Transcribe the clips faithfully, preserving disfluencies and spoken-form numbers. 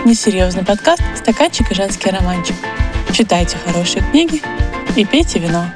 Несерьезный подкаст «Стаканчик и женский романчик». Читайте хорошие книги и пейте вино.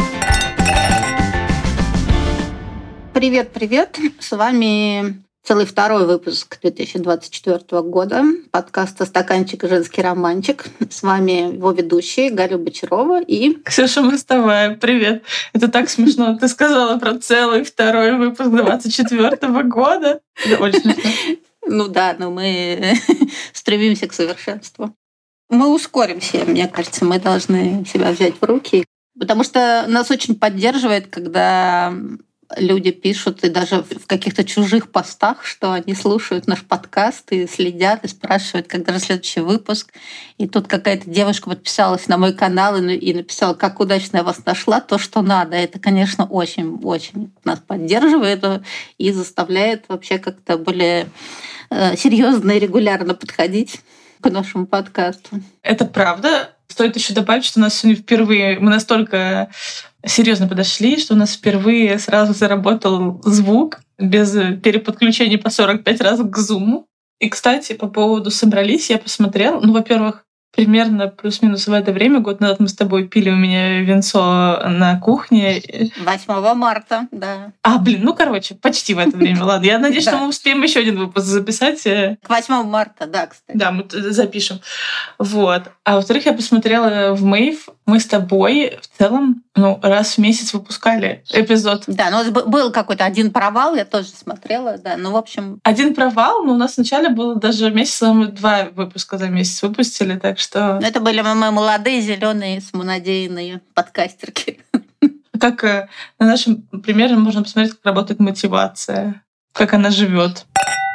Привет-привет! С вами целый второй выпуск две тысячи двадцать четвёртого года подкаста «Стаканчик и женский романчик». С вами его ведущие Галя Бочарова и... Ксюша Мостовая, привет! Это так смешно. Ты сказала про целый второй выпуск двадцать четвёртого года. Это очень смешно. Ну да, но мы стремимся к совершенству. Мы ускоримся, мне кажется, мы должны себя взять в руки, потому что нас очень поддерживает, когда люди пишут, и даже в каких-то чужих постах, что они слушают наш подкаст и следят, и спрашивают, когда же следующий выпуск. И тут какая-то девушка подписалась на мой канал и написала, как удачно я вас нашла, то, что надо. Это, конечно, очень-очень нас поддерживает и заставляет вообще как-то более серьезно и регулярно подходить к нашему подкасту. Это правда. Стоит еще добавить, что у нас сегодня впервые мы настолько серьезно подошли, что у нас впервые сразу заработал звук без переподключения по сорок пять раз к зуму. И, кстати, по поводу «собрались», я посмотрела. Ну, во-первых, примерно плюс-минус в это время, год назад мы с тобой пили у меня винцо на кухне. восьмого марта, да. А, блин, ну, короче, почти в это время. Ладно, я надеюсь, что мы успеем еще один выпуск записать. К восьмого марта, да, кстати. Да, мы запишем. Вот. А во-вторых, я посмотрела в Мэйв. Мы с тобой в целом ну, раз в месяц выпускали эпизод. Да, но был какой-то один провал, я тоже смотрела, да, ну, в общем... Один провал, но у нас вначале было даже месяц, мы два выпуска за месяц выпустили, так что... Это были мы молодые, зеленые, самонадеянные подкастерки. Как на нашем примере можно посмотреть, как работает мотивация, как она живет.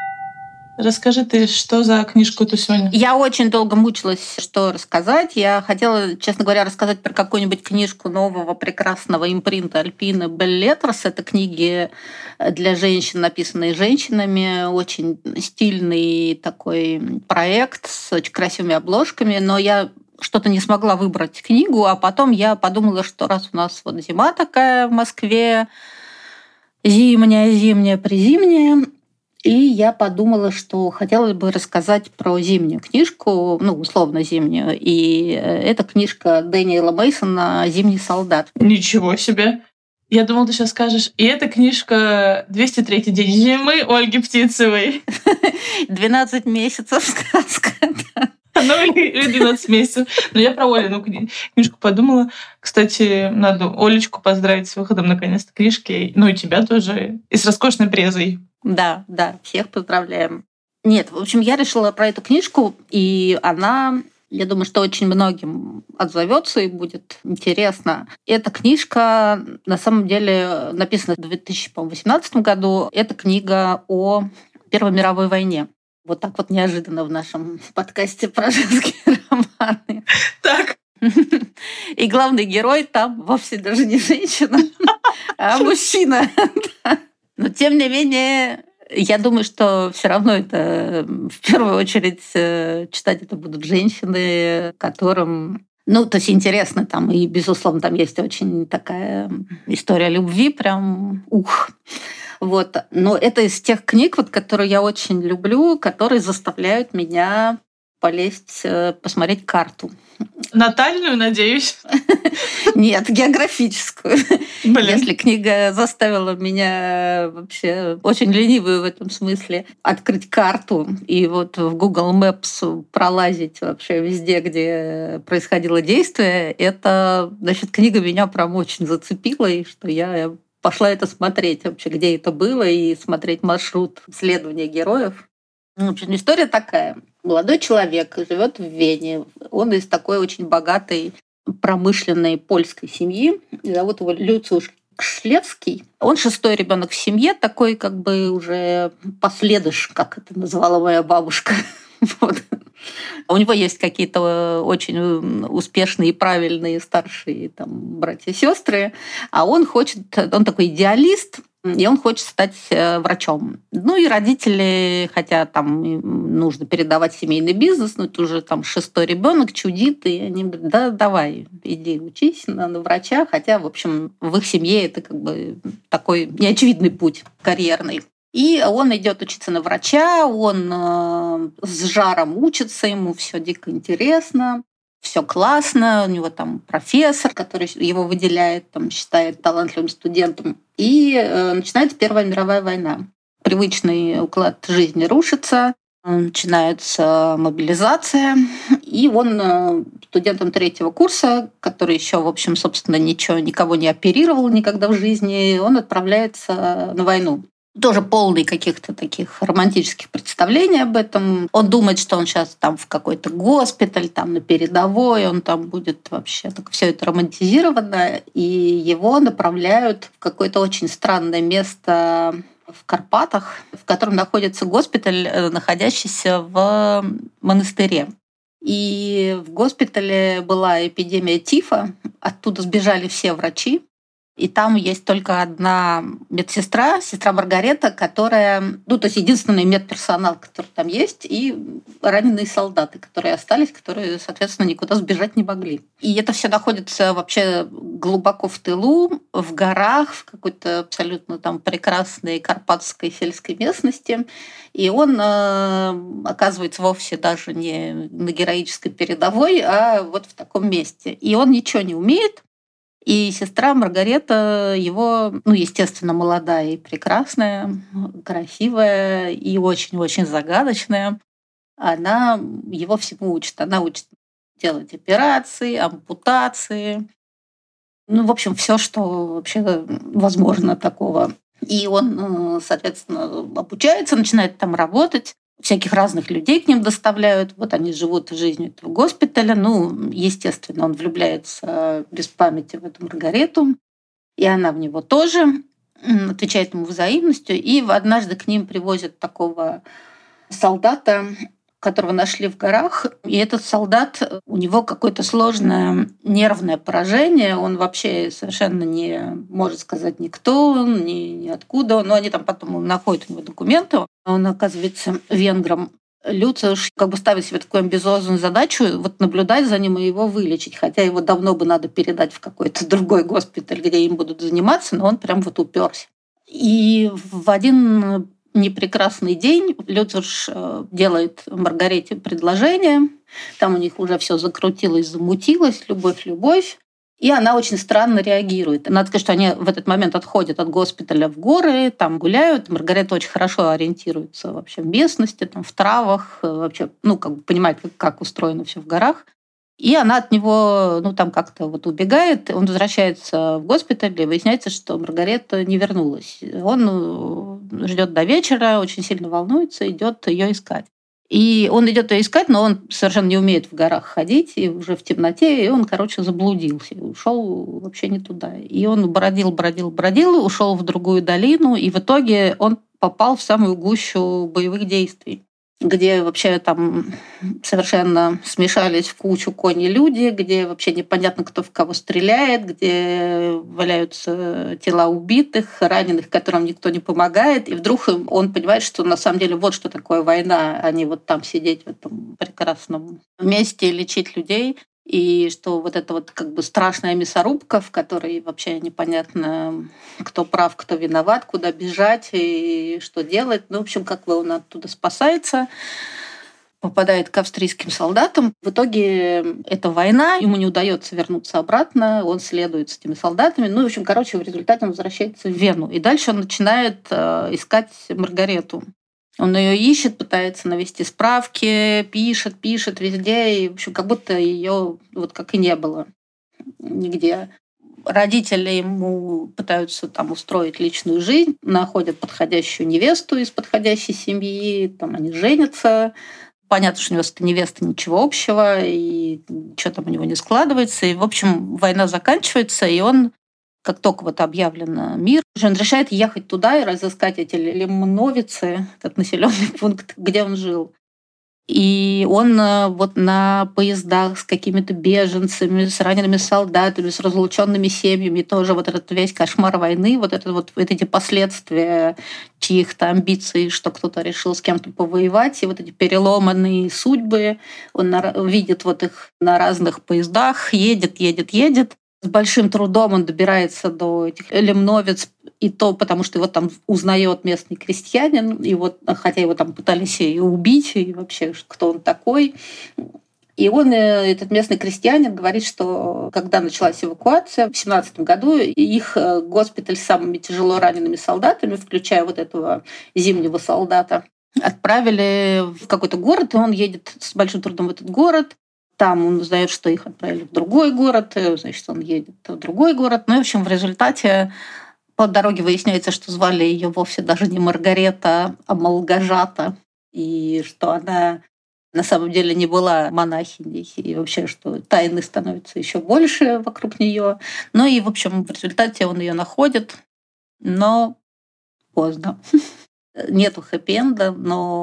Расскажи ты, что за книжку ты сегодня? Я очень долго мучилась, что рассказать. Я хотела, честно говоря, рассказать про какую-нибудь книжку нового прекрасного импринта Альпины Беллетрос. Это книги для женщин, написанные женщинами. Очень стильный такой проект с очень красивыми обложками. Но я что-то не смогла выбрать книгу, а потом я подумала, что раз у нас вот зима такая в Москве, зимняя, зимняя, призимняя, и я подумала, что хотела бы рассказать про зимнюю книжку, ну, условно зимнюю. И это книжка Дэниела Мейсона «Зимний солдат». Ничего себе! Я думала, ты сейчас скажешь, и это книжка «двести третий день зимы» Ольги Птицевой. «двенадцать месяцев» сказка, да. Ну, или двенадцать месяцев. Но я про Олину книжку подумала. Кстати, надо Олечку поздравить с выходом, наконец-то, книжки. Ну, и тебя тоже. И с роскошной презой. Да, да, всех поздравляем. Нет, в общем, я решила про эту книжку, и она, я думаю, что очень многим отзовется и будет интересно. Эта книжка, на самом деле, написана в две тысячи восемнадцатом году. Это книга о Первой мировой войне. Вот так вот неожиданно в нашем подкасте про женские романы. Так. И главный герой там вовсе даже не женщина, а мужчина. Но тем не менее, я думаю, что все равно это в первую очередь читать это будут женщины, которым, ну, то есть интересно там, и, безусловно, там есть очень такая история любви, прям ух. Вот. Но это из тех книг, вот, которые я очень люблю, которые заставляют меня полезть, посмотреть карту. Натальную, надеюсь? Нет, географическую. Блин. Если книга заставила меня вообще очень ленивую в этом смысле открыть карту и вот в Google Maps пролазить вообще везде, где происходило действие, это, значит, книга меня прям очень зацепила, и что я пошла это смотреть вообще, где это было, и смотреть маршрут следования героев. В общем, история такая. Молодой человек живет в Вене. Он из такой очень богатой промышленной польской семьи. Зовут его Люциуш Кшлевский. Он шестой ребенок в семье, такой как бы уже последыш, как это называла моя бабушка. Вот. У него есть какие-то очень успешные и правильные старшие там, братья и сестры, а он хочет, он такой идеалист, и он хочет стать врачом. Ну и родители, хотя там нужно передавать семейный бизнес, но это уже там шестой ребенок чудит, и они говорят, да, давай, иди учись на, на врача, хотя, в общем, в их семье это как бы такой неочевидный путь карьерный. И он идет учиться на врача, он э, с жаром учится, ему все дико интересно, все классно, у него там профессор, который его выделяет, там, считает талантливым студентом. И э, начинается Первая мировая война. Привычный уклад жизни рушится, начинается мобилизация, и он э, студентом третьего курса, который еще, в общем, собственно, ничего, никого не оперировал никогда в жизни, он отправляется на войну. Тоже полный каких-то таких романтических представлений об этом. Он думает, что он сейчас там в какой-то госпиталь, там на передовой, он там будет вообще так все это романтизировано, и его направляют в какое-то очень странное место в Карпатах, в котором находится госпиталь, находящийся в монастыре. И в госпитале была эпидемия тифа, оттуда сбежали все врачи. И там есть только одна медсестра, сестра Маргарета, которая, ну, то есть единственный медперсонал, который там есть, и раненые солдаты, которые остались, которые, соответственно, никуда сбежать не могли. И это все находится вообще глубоко в тылу, в горах, в какой-то абсолютно там прекрасной карпатской сельской местности. И он э, оказывается вовсе даже не на героической передовой, а вот в таком месте. И он ничего не умеет. И сестра Маргарета его, ну, естественно, молодая и прекрасная, красивая и очень-очень загадочная. Она его всему учит. Она учит делать операции, ампутации. Ну, в общем, все, что вообще возможно такого. И он, соответственно, обучается, начинает там работать. Всяких разных людей к ним доставляют. Вот они живут жизнью этого госпиталя. Ну, естественно, он влюбляется без памяти в эту Маргарету. И она в него тоже отвечает ему взаимностью. И однажды к ним привозят такого солдата, которого нашли в горах. И этот солдат, у него какое-то сложное нервное поражение. Он вообще совершенно не может сказать никто он, ни, ни откуда он. Но они там потом находят у него документы. Он оказывается венгром. Люциуш как бы ставит себе такую амбициозную задачу вот наблюдать за ним и его вылечить. Хотя его давно бы надо передать в какой-то другой госпиталь, где им будут заниматься, но он прям вот уперся. И в один непрекрасный день Люциуш делает Маргарете предложение. Там у них уже все закрутилось, замутилось, любовь, любовь. И она очень странно реагирует. Надо сказать, что они в этот момент отходят от госпиталя в горы, там гуляют. Маргарета очень хорошо ориентируется вообще в местности, там, в травах, вообще, ну, как бы понимает, как, как устроено все в горах. И она от него, ну, там как-то вот убегает. Он возвращается в госпиталь, и выясняется, что Маргарета не вернулась. Он ждет до вечера, очень сильно волнуется, идет ее искать. И он идет ее искать, но он совершенно не умеет в горах ходить, и уже в темноте, и он, короче, заблудился, ушел вообще не туда. И он бродил, бродил, бродил, ушел в другую долину, и в итоге он попал в самую гущу боевых действий, где вообще там совершенно смешались в кучу кони люди, где вообще непонятно, кто в кого стреляет, где валяются тела убитых, раненых, которым никто не помогает. И вдруг он понимает, что на самом деле вот что такое война, а не вот там сидеть в этом прекрасном месте и лечить людей. И что вот это вот как бы страшная мясорубка, в которой вообще непонятно, кто прав, кто виноват, куда бежать и что делать. Ну, в общем, как бы он оттуда спасается, попадает к австрийским солдатам. В итоге это война, ему не удается вернуться обратно, он следует с этими солдатами. Ну, в общем, короче, в результате он возвращается в Вену. И дальше он начинает искать Маргарету. Он ее ищет, пытается навести справки, пишет, пишет везде. И, в общем, как будто ее вот как и не было нигде. Родители ему пытаются там устроить личную жизнь, находят подходящую невесту из подходящей семьи, там они женятся. Понятно, что у него с этой невестой ничего общего, и что там у него не складывается. И, в общем, война заканчивается, и он, как только вот объявлен мир, он решает ехать туда и разыскать эти Лимновицы, этот населенный пункт, где он жил. И он вот на поездах с какими-то беженцами, с ранеными солдатами, с разлученными семьями, тоже вот этот весь кошмар войны, вот, это, вот, вот эти последствия чьих-то амбиций, что кто-то решил с кем-то повоевать, и вот эти переломанные судьбы, он на, видит вот их на разных поездах, едет, едет, едет. С большим трудом он добирается до этих Лемновец, и то потому, что его там узнает местный крестьянин, и вот, хотя его там пытались и убить, и вообще, кто он такой. И он, этот местный крестьянин, говорит, что когда началась эвакуация в семнадцатом году, их госпиталь с самыми тяжело ранеными солдатами, включая вот этого зимнего солдата, отправили в какой-то город, и он едет с большим трудом в этот город. Там он узнает, что их отправили в другой город, значит, он едет в другой город. Ну, и, в общем, в результате по дороге выясняется, что звали ее вовсе даже не Маргарета, а Малгажата, и что она на самом деле не была монахиней, и вообще, что тайны становятся еще больше вокруг нее. Ну и, в общем, в результате он ее находит, но поздно. Нету хэппи-энда,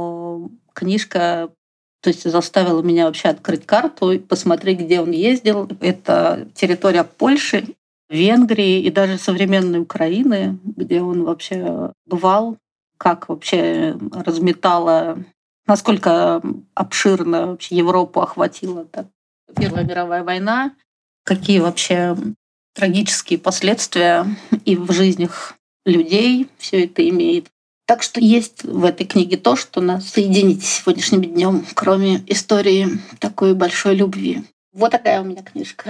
но книжка, то есть, заставила меня вообще открыть карту и посмотреть, где он ездил. Это территория Польши, Венгрии и даже современной Украины, где он вообще бывал, как вообще разметала, насколько обширно вообще Европу охватила так, Первая мировая война, какие вообще трагические последствия и в жизнях людей все это имеет. Так что есть в этой книге то, что нас соединит сегодняшним днем, кроме истории такой большой любви. Вот такая у меня книжка.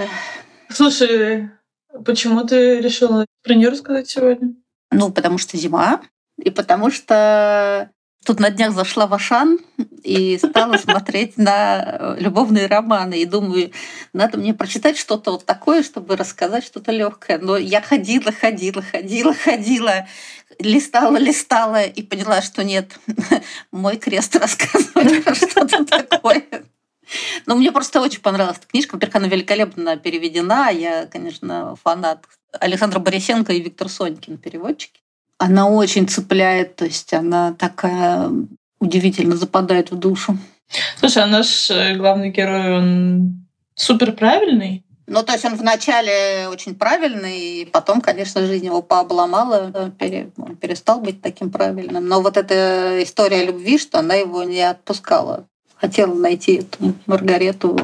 Слушай, почему ты решила про нее рассказать сегодня? Ну, потому что зима, и потому что тут на днях зашла в Ашан и стала смотреть на любовные романы. И думаю, надо мне прочитать что-то вот такое, чтобы рассказать что-то легкое. Но я ходила, ходила, ходила, ходила, листала, листала и поняла, что нет, мой крест рассказывает про что-то такое. Но мне просто очень понравилась эта книжка. Во-первых, она великолепно переведена. Я, конечно, фанат Александра Борисенко и Виктор Сонькин, переводчики. Она очень цепляет, то есть она такая удивительно западает в душу. Слушай, а наш главный герой, он супер правильный? Ну, то есть он вначале очень правильный, и потом, конечно, жизнь его пообломала, он перестал быть таким правильным. Но вот эта история любви, что она его не отпускала. Хотел найти эту Маргарету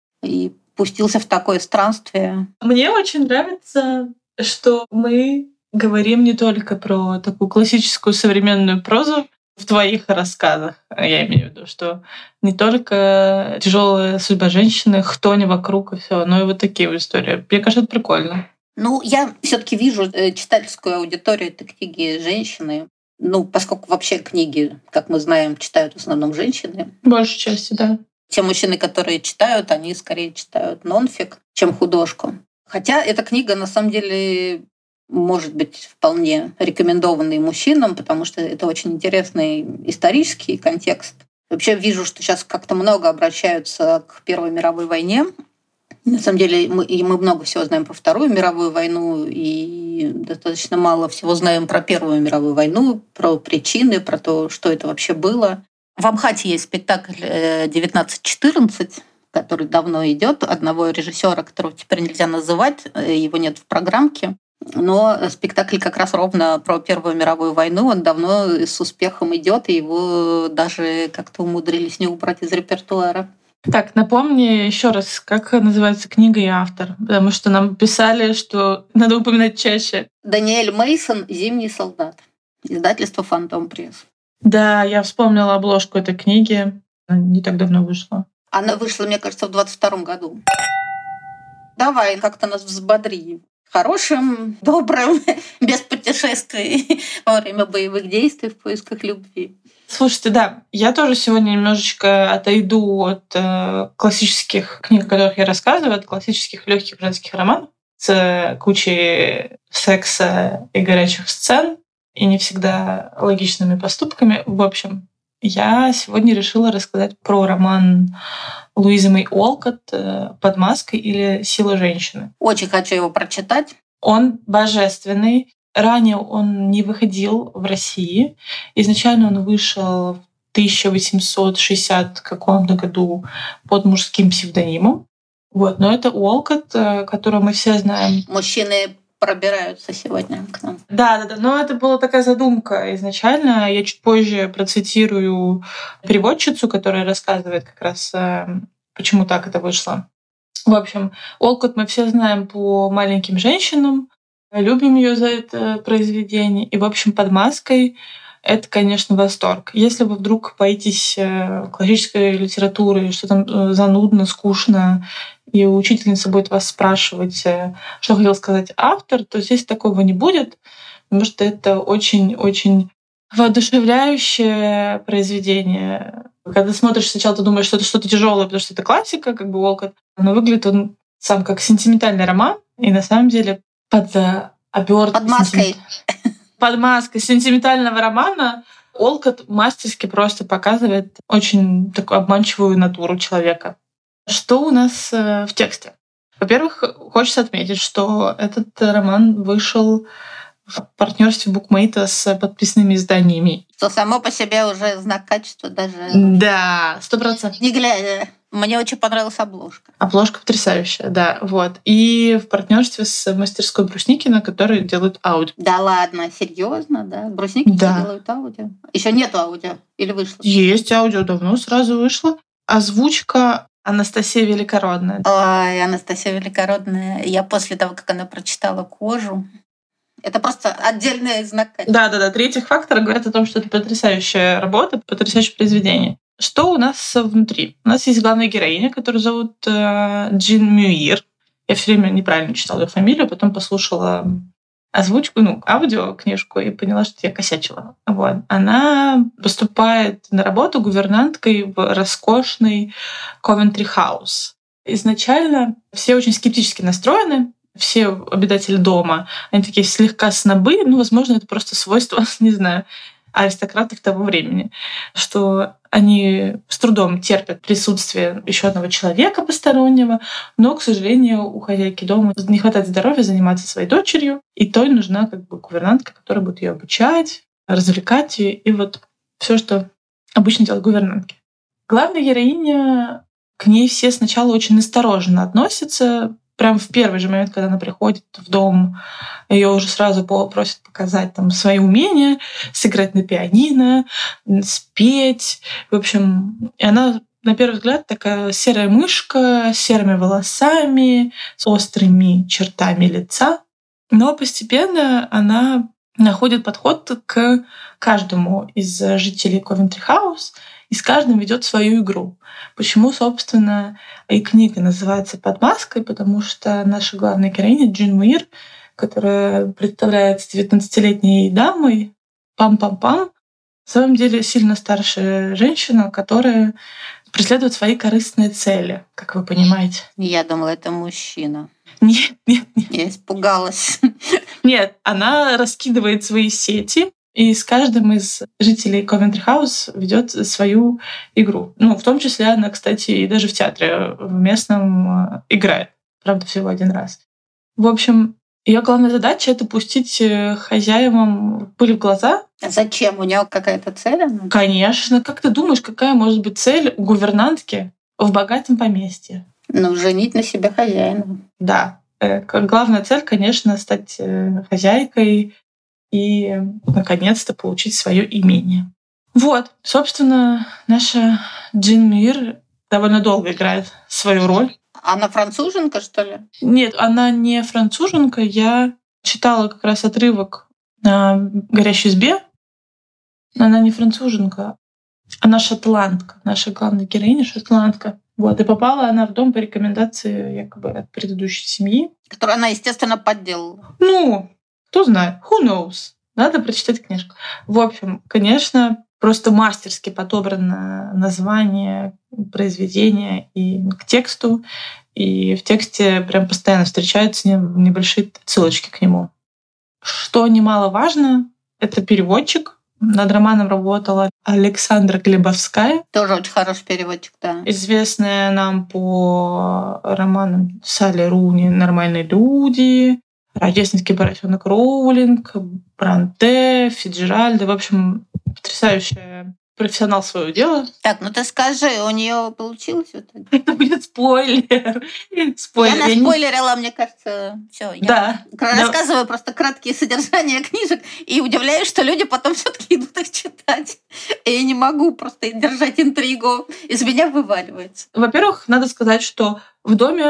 и пустился в такое странствие. Мне очень нравится, что мы говорим не только про такую классическую современную прозу в твоих рассказах. Я имею в виду, что не только тяжелая судьба женщины, кто не вокруг и все, но и вот такие вот истории. Мне кажется, это прикольно. Ну, я все-таки вижу читательскую аудиторию этой книги женщины. Ну, поскольку вообще книги, как мы знаем, читают в основном женщины. Большей части, да. Те мужчины, которые читают, они скорее читают нонфик, чем художку. Хотя эта книга, на самом деле, может быть вполне рекомендованной мужчинам, потому что это очень интересный исторический контекст. Вообще вижу, что сейчас как-то много обращаются к Первой мировой войне. На самом деле мы, и мы много всего знаем про Вторую мировую войну, и достаточно мало всего знаем про Первую мировую войну, про причины, про то, что это вообще было. В Амхате есть спектакль девятнадцать четырнадцать, который давно идет, одного режиссера, которого теперь нельзя называть, его нет в программке. Но спектакль как раз ровно про Первую мировую войну, он давно с успехом идет, и его даже как-то умудрились не убрать из репертуара. Так, напомни еще раз, как называется книга и автор, потому что нам писали, что надо упоминать чаще. Даниэль Мейсон «Зимний солдат», издательство «Фантом Пресс». Да, я вспомнила обложку этой книги, она не так давно вышла. Она вышла, мне кажется, в двадцать втором году. Давай, как-то нас взбодри. Хорошим, добрым, без путешествий во время боевых действий в поисках любви. Слушайте, да, я тоже сегодня немножечко отойду от э, классических книг, о которых я рассказываю, от классических легких женских романов с кучей секса и горячих сцен, и не всегда логичными поступками. В общем, я сегодня решила рассказать про роман Луизы Мэй Олкотт «Под маской» или «Сила женщины». Очень хочу его прочитать. Он божественный. Ранее он не выходил в России. Изначально он вышел в тысяча восемьсот шестьдесят каком-то году под мужским псевдонимом. Вот. Но это Олкотт, которого мы все знаем. Мужчины пробираются сегодня к нам. Да, да, да. Но это была такая задумка изначально. Я чуть позже процитирую переводчицу, которая рассказывает как раз, почему так это вышло. В общем, Олкот мы все знаем по «Маленьким женщинам», любим ее за это произведение. И, в общем, «Под маской» — это, конечно, восторг. Если вы вдруг боитесь классической литературы, что там занудно, скучно, и учительница будет вас спрашивать, что хотел сказать автор, то здесь такого не будет, потому что это очень-очень воодушевляющее произведение. Когда смотришь, сначала ты думаешь, что это что-то тяжелое, потому что это классика, как бы Олкот, но выглядит он сам как сентиментальный роман, и на самом деле под оберткой... Под маской. Сентим... Под маской сентиментального романа Олкот мастерски просто показывает очень такую обманчивую натуру человека. Что у нас в тексте? Во-первых, хочется отметить, что этот роман вышел в партнерстве букмейта с подписными изданиями. Что само по себе уже знак качества даже... Да, сто процентов. Не глядя. Мне очень понравилась обложка. Обложка потрясающая, да. Вот. И в партнерстве с мастерской Брусникина, которые делают аудио. Да ладно, серьезно, да? Брусникины да. делают аудио. Еще нету аудио. Или вышло? Есть аудио, давно сразу вышло. Озвучка Анастасия Великородная. Ой, Анастасия Великородная. Я после того, как она прочитала «Кожу», это просто отдельный знак качества. Да, да, да. Три этих фактора говорят о том, что это потрясающая работа, потрясающее произведение. Что у нас внутри? У нас есть главная героиня, которую зовут э, Джин Мюир. Я все время неправильно читала ее фамилию, потом послушала озвучку, ну, аудиокнижку и поняла, что я косячила. Вот. Она поступает на работу гувернанткой в роскошный Coventry House. Изначально все очень скептически настроены, все обитатели дома, они такие слегка снобы, ну, возможно, это просто свойство, не знаю, аристократов того времени, что они с трудом терпят присутствие еще одного человека постороннего, но, к сожалению, у хозяйки дома не хватает здоровья заниматься своей дочерью, и той нужна как бы гувернантка, которая будет ее обучать, развлекать ее, и вот все, что обычно делают гувернантки. Главная героиня, к ней все сначала очень настороженно относятся. Прям в первый же момент, когда она приходит в дом, ее уже сразу просят показать там свои умения, сыграть на пианино, спеть. В общем, и она, на первый взгляд, такая серая мышка с серыми волосами, с острыми чертами лица. Но постепенно она находит подход к каждому из жителей Coventry House и с каждым ведет свою игру. Почему, собственно, и книга называется «Под маской», потому что наша главная героиня Джин Мюир, которая представляется девятнадцатилетней дамой, пам-пам-пам, на самом деле сильно старшая женщина, которая преследует свои корыстные цели, как вы понимаете. Я думала, это мужчина. Нет, нет, нет. Я испугалась. Нет, она раскидывает свои сети, и с каждым из жителей Coventry House ведет свою игру. Ну, в том числе она, кстати, и даже в театре в местном играет. Правда, всего один раз. В общем, ее главная задача — это пустить хозяевам пыль в глаза. А зачем? У нее какая-то цель? Она? Конечно. Как ты думаешь, какая может быть цель у гувернантки в богатом поместье? Ну, женить на себе хозяина. Да. Главная цель, конечно, стать хозяйкой и, наконец-то, получить свое имение. Вот, собственно, наша Джин Мюир довольно долго играет свою роль. Она француженка, что ли? Нет, она не француженка. Я читала как раз отрывок на «Горящей избе». Но она не француженка. Она шотландка. Наша главная героиня — шотландка. Вот, и попала она в дом по рекомендации якобы от предыдущей семьи. Которую она, естественно, подделала. Ну, кто знает. Who knows? Надо прочитать книжку. В общем, конечно, просто мастерски подобрано название произведения и к тексту. И в тексте прям постоянно встречаются небольшие ссылочки к нему. Что немаловажно, это переводчик. Над романом работала Александра Глебовская. Тоже очень хороший переводчик, да. Известная нам по романам Салли Руни «Нормальные люди», «Рождественский поросенок Роулинг», Бронте, Фицджеральда. В общем, потрясающая профессионал своего дела. Так, ну ты скажи, у нее получилось вот это? Это будет спойлер. спойлер. Я наспойлерила, мне кажется, все. Да. Я рассказываю да. просто краткие содержания книжек и удивляюсь, что люди потом все-таки идут их читать. И я не могу просто держать интригу. Из меня вываливается. Во-первых, надо сказать, что в доме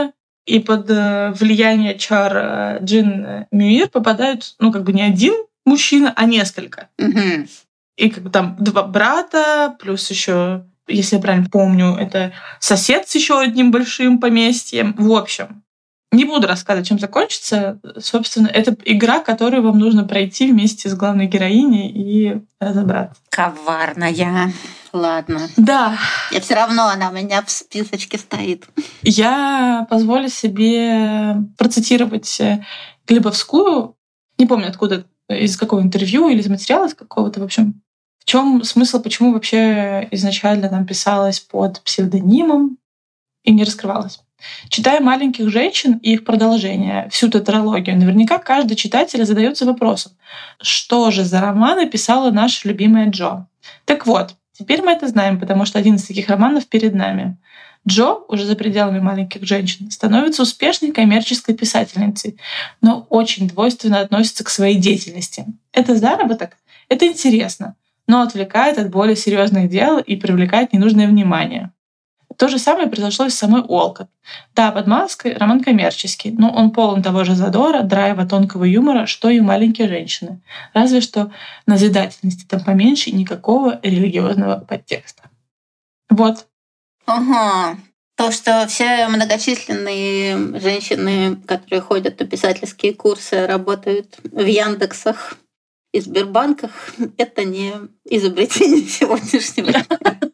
И под влияние чар Джин Мюир попадают, ну, как бы не один мужчина, а несколько. Угу. И как бы там два брата, плюс еще, если я правильно помню, это сосед с еще одним большим поместьем. В общем, не буду рассказывать, чем закончится. Собственно, это игра, которую вам нужно пройти вместе с главной героиней и разобраться. Коварная. Ладно. Да. И все равно она у меня в списочке стоит. Я позволю себе процитировать Глебовскую. Не помню, откуда, из какого интервью или из материала из какого-то. В общем, в чем смысл, почему вообще изначально там писалось под псевдонимом и не раскрывалось. Читая «Маленьких женщин» и их продолжение, всю тетралогию, наверняка каждый читатель задается вопросом, что же за романы писала наша любимая Джо. Так вот, теперь мы это знаем, потому что один из таких романов перед нами. Джо, уже за пределами «Маленьких женщин», становится успешной коммерческой писательницей, но очень двойственно относится к своей деятельности. Это заработок, это интересно, но отвлекает от более серьезных дел и привлекает ненужное внимание. То же самое произошло и с самой Олкотт. Да, под маской роман коммерческий, но он полон того же задора, драйва, тонкого юмора, что и «Маленькие женщины». Разве что назидательности там поменьше и никакого религиозного подтекста. Вот. Ага. То, что все многочисленные женщины, которые ходят на писательские курсы, работают в Яндексах и Сбербанках, это не изобретение сегодняшнего дня.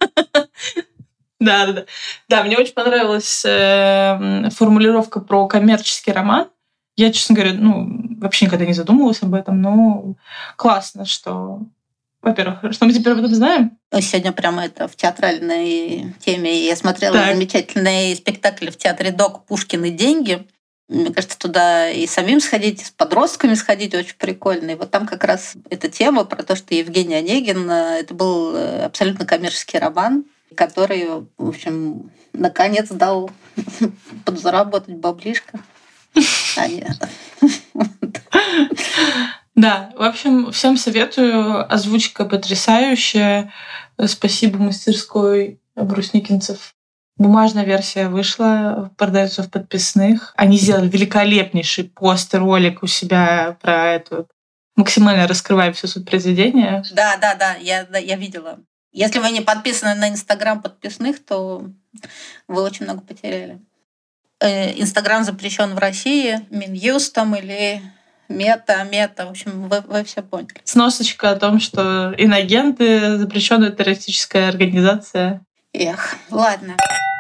Да, да, да. Да, мне очень понравилась э, формулировка про коммерческий роман. Я, честно говоря, ну, вообще никогда не задумывалась об этом, но классно, что, во-первых, что мы теперь об этом знаем. Сегодня прямо это в театральной теме. Я смотрела так. замечательный спектакль в театре ДОК «Пушкин и деньги». Мне кажется, туда и самим сходить, и с подростками сходить очень прикольно. И вот там как раз эта тема про то, что Евгений Онегин, это был абсолютно коммерческий роман, который, в общем, наконец дал подзаработать баблишко. А нет. Да, в общем, всем советую. Озвучка потрясающая. Спасибо мастерской Брусникинцев. Бумажная версия вышла, продается в подписных. Они сделали великолепнейший постер-ролик у себя про эту. Максимально раскрываем все суть произведения. Да, да, да, я, да, я видела. Если вы не подписаны на Инстаграм подписных, то вы очень много потеряли. Инстаграм запрещен в России Минюстом или Мета, Мета. В общем, вы, вы все поняли. Сносочка о том, что инагенты — запрещенная террористическая организация. Эх, ладно.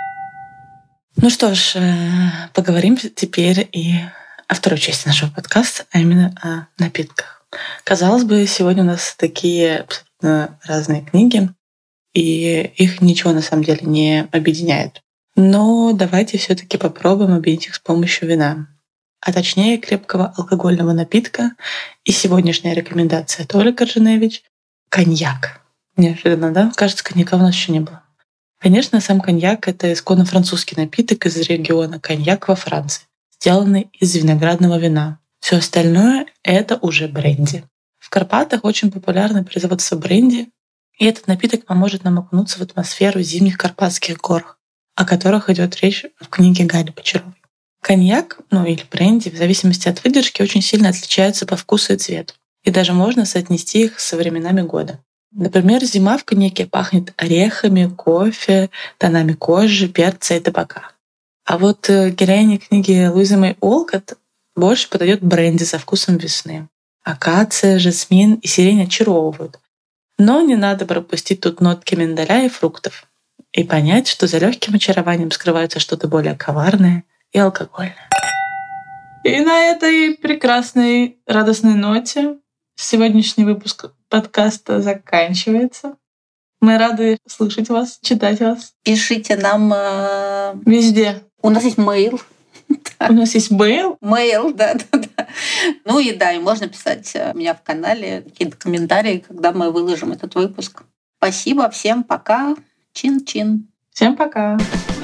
Ну что ж, поговорим теперь и о второй части нашего подкаста, а именно о напитках. Казалось бы, сегодня у нас такие абсолютно разные книги, и их ничего на самом деле не объединяет. Но давайте все-таки попробуем объединить их с помощью вина, а точнее крепкого алкогольного напитка. И сегодняшняя рекомендация Толи Коржиневич — коньяк. Неожиданно, да? Кажется, коньяка у нас еще не было. Конечно, сам коньяк — это исконно французский напиток из региона коньяк во Франции, сделанный из виноградного вина. Все остальное — это уже бренди. В Карпатах очень популярно производство бренди, и этот напиток поможет нам окунуться в атмосферу зимних карпатских гор, о которых идет речь в книге Гали Бочаровой. Коньяк, ну или бренди, в зависимости от выдержки, очень сильно отличаются по вкусу и цвету, и даже можно соотнести их со временами года. Например, зима в коньяке пахнет орехами, кофе, тонами кожи, перца и табака. А вот героине книги Луизы Мэй Олкотт больше подойдет бренди со вкусом весны. Акация, жасмин и сирень очаровывают. Но не надо пропустить тут нотки миндаля и фруктов и понять, что за легким очарованием скрывается что-то более коварное и алкогольное. И на этой прекрасной, радостной ноте сегодняшний выпуск подкаста заканчивается. Мы рады слышать вас, читать вас. Пишите нам э... везде. У нас есть мейл. У нас есть мейл? Мейл, да, да, да. Ну и да, и можно писать у меня в канале какие-то комментарии, когда мы выложим этот выпуск. Спасибо всем, пока. Чин-чин. Всем пока.